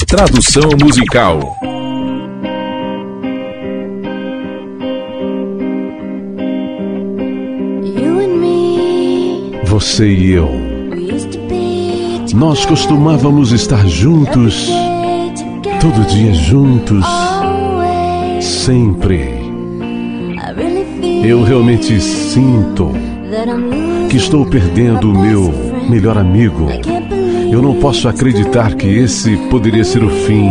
Tradução musical. Você e eu, nós costumávamos estar juntos, todo dia juntos, sempre. Eu realmente sinto que estou perdendo o meu melhor amigo. Eu não posso acreditar que esse poderia ser o fim.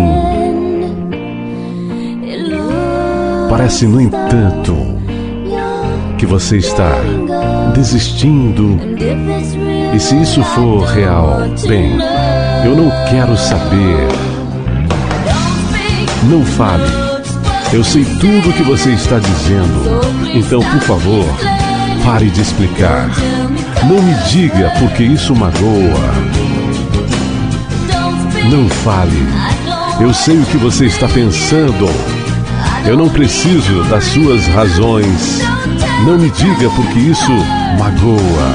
Parece, no entanto, que você está desistindo. E se isso for real, bem, eu não quero saber. Não fale. Eu sei tudo o que você está dizendo. Então, por favor, pare de explicar. Não me diga, porque isso magoa. Não fale. Eu sei o que você está pensando. Eu não preciso das suas razões. Não me diga, porque isso magoa.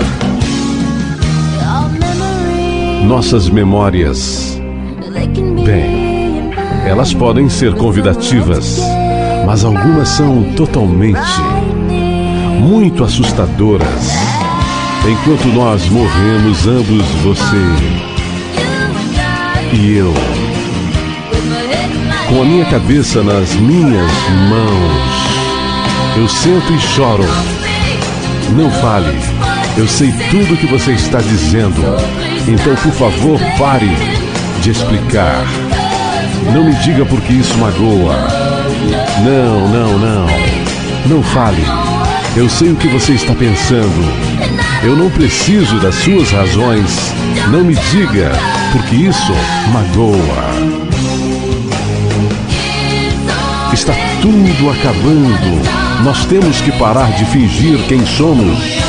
Nossas memórias, bem, elas podem ser convidativas, mas algumas são totalmente, muito assustadoras. Enquanto nós morremos, ambos, você e eu, com a minha cabeça nas minhas mãos, eu sento e choro. Não fale. Eu sei tudo o que você está dizendo. Então, por favor, pare de explicar. Não me diga, porque isso magoa. Não, não, não. Não fale. Eu sei o que você está pensando. Eu não preciso das suas razões. Não me diga, porque isso magoa. Está tudo acabando. Nós temos que parar de fingir quem somos.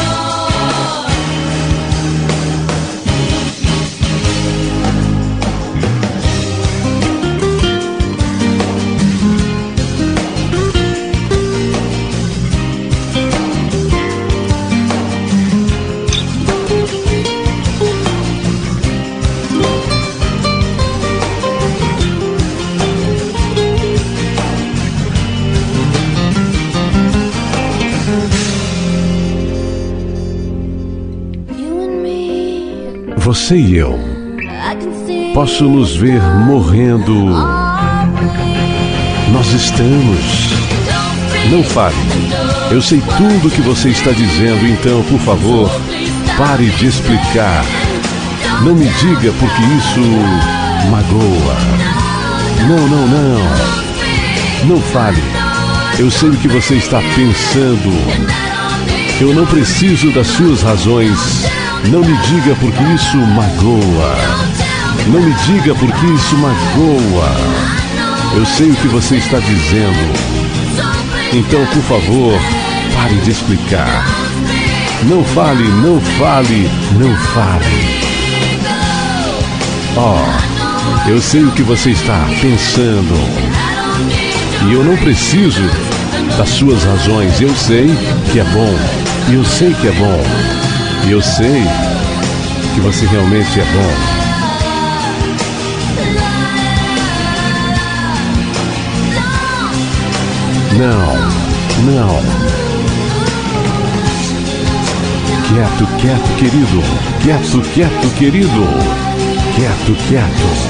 Você e eu, posso nos ver morrendo. Nós estamos. Não fale. Eu sei tudo o que você está dizendo, então, por favor, pare de explicar. Não me diga, porque isso magoa. Não, não, não. Não fale. Eu sei o que você está pensando. Eu não preciso das suas razões. Não me diga, porque isso magoa. Não me diga, porque isso magoa. Eu sei o que você está dizendo. Então, por favor, pare de explicar. Não fale, não fale, não fale. Oh, eu sei o que você está pensando. E eu não preciso das suas razões. Eu sei que é bom. Eu sei que é bom. E eu sei que você realmente é bom. Não, não. Quieto, quieto, querido. Quieto, quieto, querido. Quieto, quieto.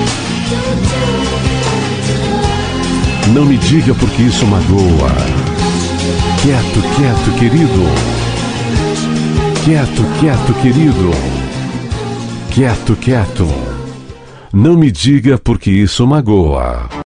Não me diga, porque isso magoa. Quieto, quieto, querido. Quieto, quieto, querido. Quieto, quieto. Não me diga, porque isso magoa.